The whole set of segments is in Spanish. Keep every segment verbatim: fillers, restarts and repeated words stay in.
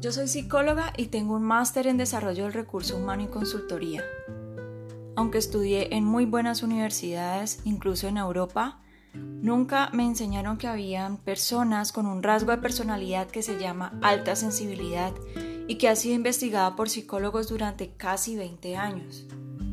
Yo soy psicóloga y tengo un máster en desarrollo del recurso humano y consultoría. Aunque estudié en muy buenas universidades, incluso en Europa, nunca me enseñaron que habían personas con un rasgo de personalidad que se llama alta sensibilidad y que ha sido investigada por psicólogos durante casi veinte años.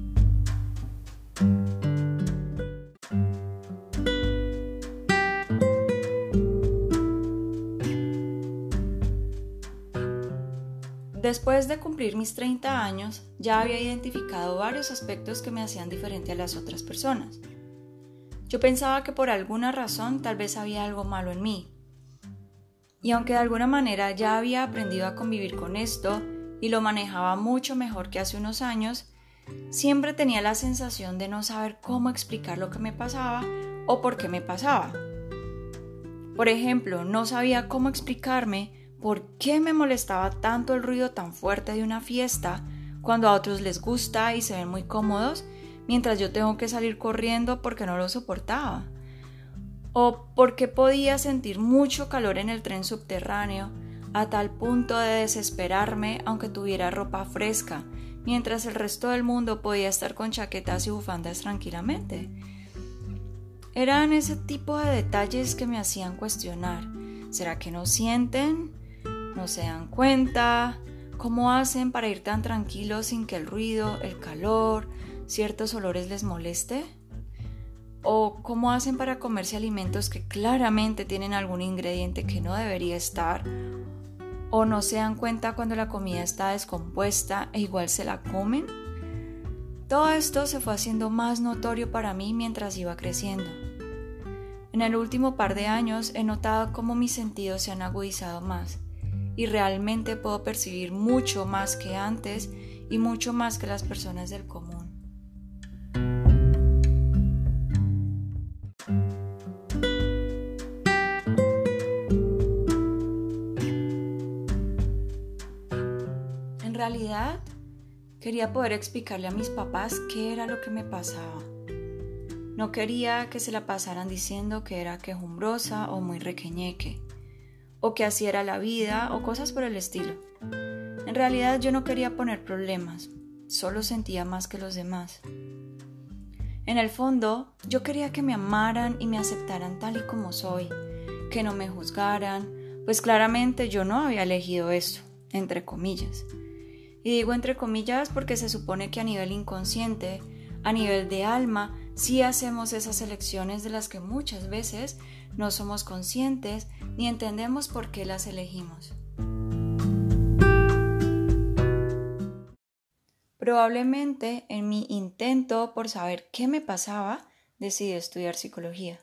Después de cumplir mis treinta años, ya había identificado varios aspectos que me hacían diferente a las otras personas. Yo pensaba que por alguna razón tal vez había algo malo en mí. Y aunque de alguna manera ya había aprendido a convivir con esto y lo manejaba mucho mejor que hace unos años, siempre tenía la sensación de no saber cómo explicar lo que me pasaba o por qué me pasaba. Por ejemplo, no sabía cómo explicarme ¿por qué me molestaba tanto el ruido tan fuerte de una fiesta cuando a otros les gusta y se ven muy cómodos, mientras yo tengo que salir corriendo porque no lo soportaba? ¿O por qué podía sentir mucho calor en el tren subterráneo a tal punto de desesperarme aunque tuviera ropa fresca, mientras el resto del mundo podía estar con chaquetas y bufandas tranquilamente? Eran ese tipo de detalles que me hacían cuestionar. ¿Será que no sienten? ¿No se dan cuenta? ¿Cómo hacen para ir tan tranquilos sin que el ruido, el calor, ciertos olores les moleste? ¿O cómo hacen para comerse alimentos que claramente tienen algún ingrediente que no debería estar? ¿O no se dan cuenta cuando la comida está descompuesta e igual se la comen? Todo esto se fue haciendo más notorio para mí mientras iba creciendo. En el último par de años he notado cómo mis sentidos se han agudizado más y realmente puedo percibir mucho más que antes y mucho más que las personas del común. En realidad, quería poder explicarle a mis papás qué era lo que me pasaba. No quería que se la pasaran diciendo que era quejumbrosa o muy requeñeque, o que así era la vida, o cosas por el estilo. En realidad yo no quería poner problemas, solo sentía más que los demás. En el fondo, yo quería que me amaran y me aceptaran tal y como soy, que no me juzgaran, pues claramente yo no había elegido esto, entre comillas. Y digo entre comillas porque se supone que a nivel inconsciente, a nivel de alma, sí hacemos esas elecciones de las que muchas veces no somos conscientes ni entendemos por qué las elegimos. Probablemente en mi intento por saber qué me pasaba, decidí estudiar psicología.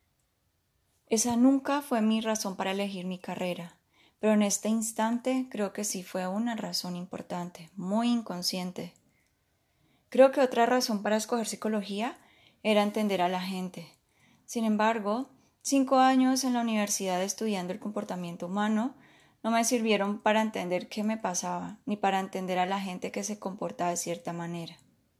Esa nunca fue mi razón para elegir mi carrera, pero en este instante creo que sí fue una razón importante, muy inconsciente. Creo que otra razón para escoger psicología era entender a la gente. Sin embargo, cinco años en la universidad estudiando el comportamiento humano no me sirvieron para entender qué me pasaba, ni para entender a la gente que se comporta de cierta manera.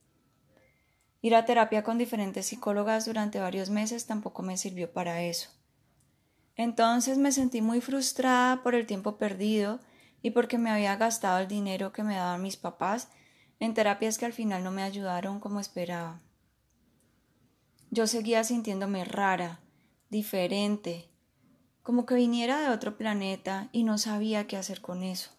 Ir a terapia con diferentes psicólogas durante varios meses tampoco me sirvió para eso. Entonces me sentí muy frustrada por el tiempo perdido y porque me había gastado el dinero que me daban mis papás en terapias que al final no me ayudaron como esperaba. Yo seguía sintiéndome rara, diferente, como que viniera de otro planeta y no sabía qué hacer con eso.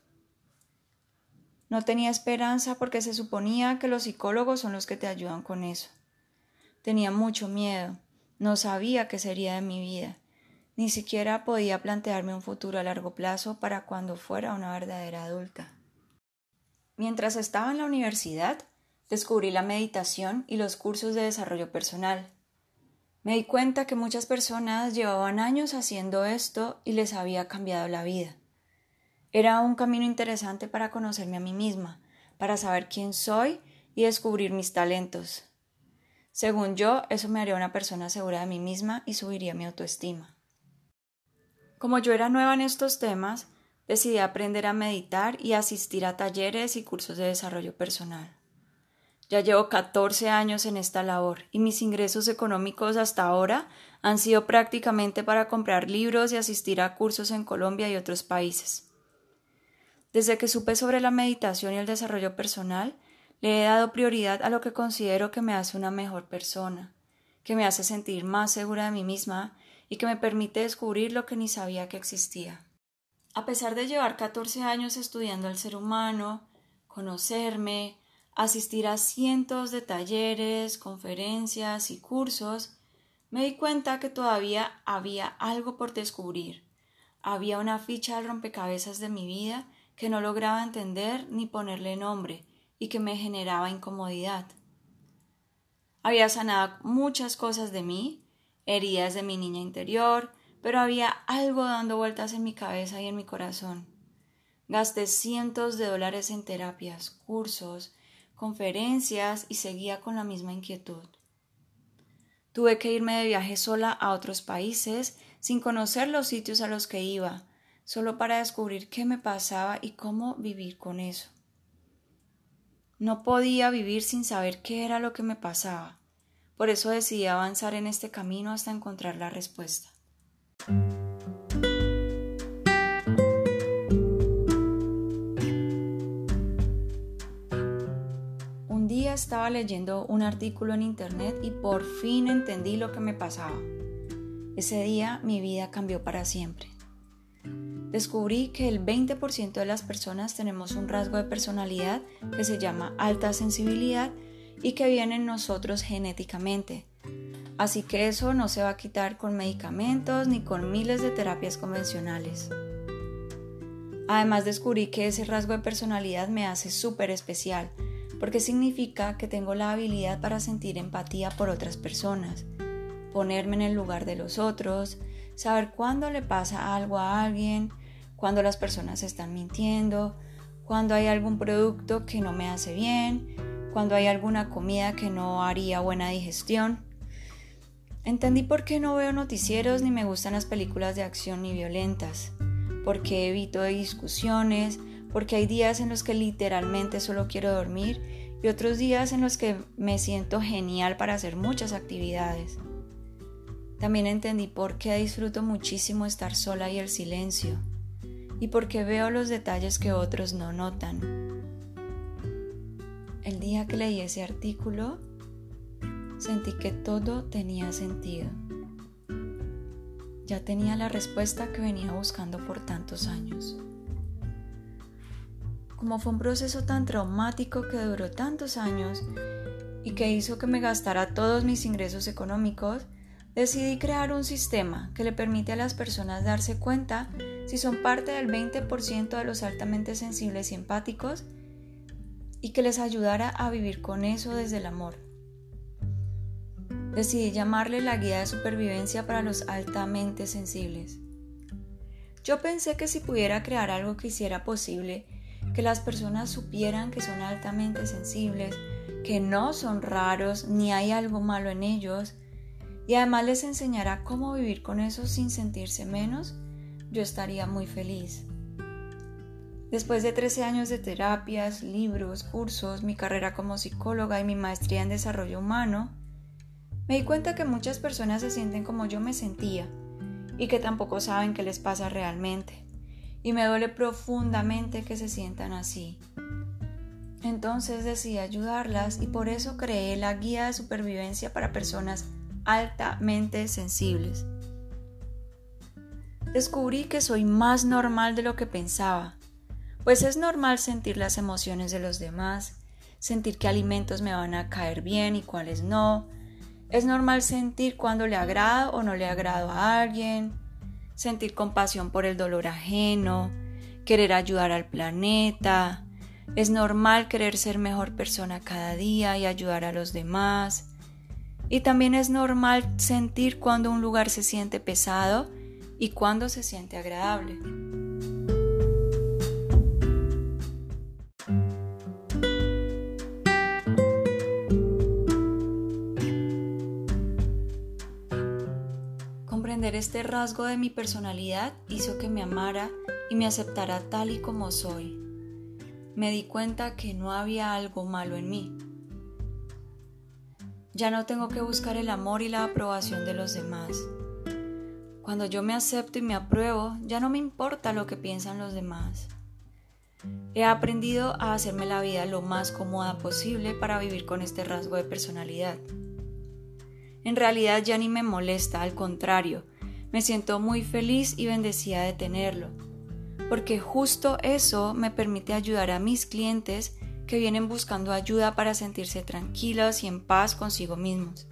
No tenía esperanza porque se suponía que los psicólogos son los que te ayudan con eso. Tenía mucho miedo, no sabía qué sería de mi vida, ni siquiera podía plantearme un futuro a largo plazo para cuando fuera una verdadera adulta. Mientras estaba en la universidad, descubrí la meditación y los cursos de desarrollo personal. Me di cuenta que muchas personas llevaban años haciendo esto y les había cambiado la vida. Era un camino interesante para conocerme a mí misma, para saber quién soy y descubrir mis talentos. Según yo, eso me haría una persona segura de mí misma y subiría mi autoestima. Como yo era nueva en estos temas, decidí aprender a meditar y asistir a talleres y cursos de desarrollo personal. Ya llevo catorce años en esta labor y mis ingresos económicos hasta ahora han sido prácticamente para comprar libros y asistir a cursos en Colombia y otros países. Desde que supe sobre la meditación y el desarrollo personal, le he dado prioridad a lo que considero que me hace una mejor persona, que me hace sentir más segura de mí misma y que me permite descubrir lo que ni sabía que existía. A pesar de llevar catorce años estudiando al ser humano, conocerme, asistir a cientos de talleres, conferencias y cursos, me di cuenta que todavía había algo por descubrir. Había una ficha del rompecabezas de mi vida que no lograba entender ni ponerle nombre y que me generaba incomodidad. Había sanado muchas cosas de mí, heridas de mi niña interior, pero había algo dando vueltas en mi cabeza y en mi corazón. Gasté cientos de dólares en terapias, cursos, conferencias y seguía con la misma inquietud. Tuve que irme de viaje sola a otros países sin conocer los sitios a los que iba, solo para descubrir qué me pasaba y cómo vivir con eso. No podía vivir sin saber qué era lo que me pasaba. Por eso decidí avanzar en este camino hasta encontrar la respuesta. Un día estaba leyendo un artículo en internet y por fin entendí lo que me pasaba. Ese día mi vida cambió para siempre. Descubrí que el veinte por ciento de las personas tenemos un rasgo de personalidad que se llama alta sensibilidad y que viene en nosotros genéticamente. Así que eso no se va a quitar con medicamentos ni con miles de terapias convencionales. Además descubrí que ese rasgo de personalidad me hace súper especial, porque significa que tengo la habilidad para sentir empatía por otras personas, ponerme en el lugar de los otros, saber cuándo le pasa algo a alguien, cuándo las personas están mintiendo, cuándo hay algún producto que no me hace bien, cuándo hay alguna comida que no haría buena digestión. Entendí por qué no veo noticieros ni me gustan las películas de acción ni violentas, porque evito discusiones, porque hay días en los que literalmente solo quiero dormir y otros días en los que me siento genial para hacer muchas actividades. También entendí por qué disfruto muchísimo estar sola y el silencio, y por qué veo los detalles que otros no notan. El día que leí ese artículo, sentí que todo tenía sentido. Ya tenía la respuesta que venía buscando por tantos años. Como fue un proceso tan traumático que duró tantos años y que hizo que me gastara todos mis ingresos económicos, decidí crear un sistema que le permite a las personas darse cuenta si son parte del veinte por ciento de los altamente sensibles y empáticos y que les ayudara a vivir con eso desde el amor. Decidí llamarle la guía de supervivencia para los altamente sensibles. Yo pensé que si pudiera crear algo que hiciera posible que las personas supieran que son altamente sensibles, que no son raros ni hay algo malo en ellos, y además les enseñara cómo vivir con eso sin sentirse menos, yo estaría muy feliz. Después de trece años de terapias, libros, cursos, mi carrera como psicóloga y mi maestría en desarrollo humano, me di cuenta que muchas personas se sienten como yo me sentía y que tampoco saben qué les pasa realmente, y me duele profundamente que se sientan así. Entonces decidí ayudarlas y por eso creé la guía de supervivencia para personas altamente sensibles. Descubrí que soy más normal de lo que pensaba, pues es normal sentir las emociones de los demás, sentir qué alimentos me van a caer bien y cuáles no. Es normal sentir cuando le agrado o no le agrado a alguien, sentir compasión por el dolor ajeno, querer ayudar al planeta. Es normal querer ser mejor persona cada día y ayudar a los demás. Y también es normal sentir cuando un lugar se siente pesado y cuando se siente agradable. Comprender este rasgo de mi personalidad hizo que me amara y me aceptara tal y como soy. Me di cuenta que no había algo malo en mí. Ya no tengo que buscar el amor y la aprobación de los demás. Cuando yo me acepto y me apruebo, ya no me importa lo que piensan los demás. He aprendido a hacerme la vida lo más cómoda posible para vivir con este rasgo de personalidad. En realidad ya ni me molesta, al contrario, me siento muy feliz y bendecida de tenerlo, porque justo eso me permite ayudar a mis clientes que vienen buscando ayuda para sentirse tranquilos y en paz consigo mismos.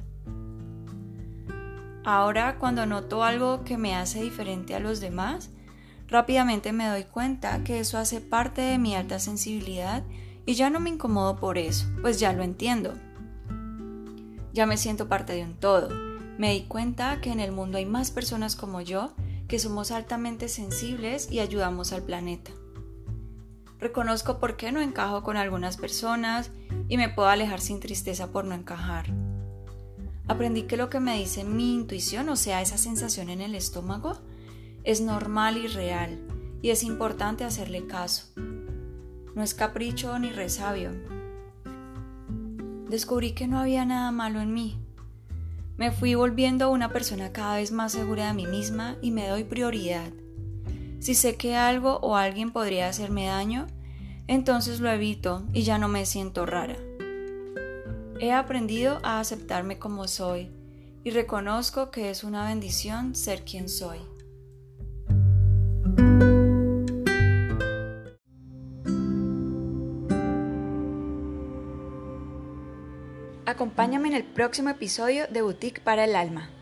Ahora, cuando noto algo que me hace diferente a los demás, rápidamente me doy cuenta que eso hace parte de mi alta sensibilidad y ya no me incomodo por eso, pues ya lo entiendo. Ya me siento parte de un todo. Me di cuenta que en el mundo hay más personas como yo que somos altamente sensibles y ayudamos al planeta. Reconozco por qué no encajo con algunas personas y me puedo alejar sin tristeza por no encajar. Aprendí que lo que me dice mi intuición, o sea, esa sensación en el estómago, es normal y real, y es importante hacerle caso. No es capricho ni resabio. Descubrí que no había nada malo en mí. Me fui volviendo una persona cada vez más segura de mí misma y me doy prioridad. Si sé que algo o alguien podría hacerme daño, entonces lo evito y ya no me siento rara. He aprendido a aceptarme como soy y reconozco que es una bendición ser quien soy. Acompáñame en el próximo episodio de Boutique para el Alma.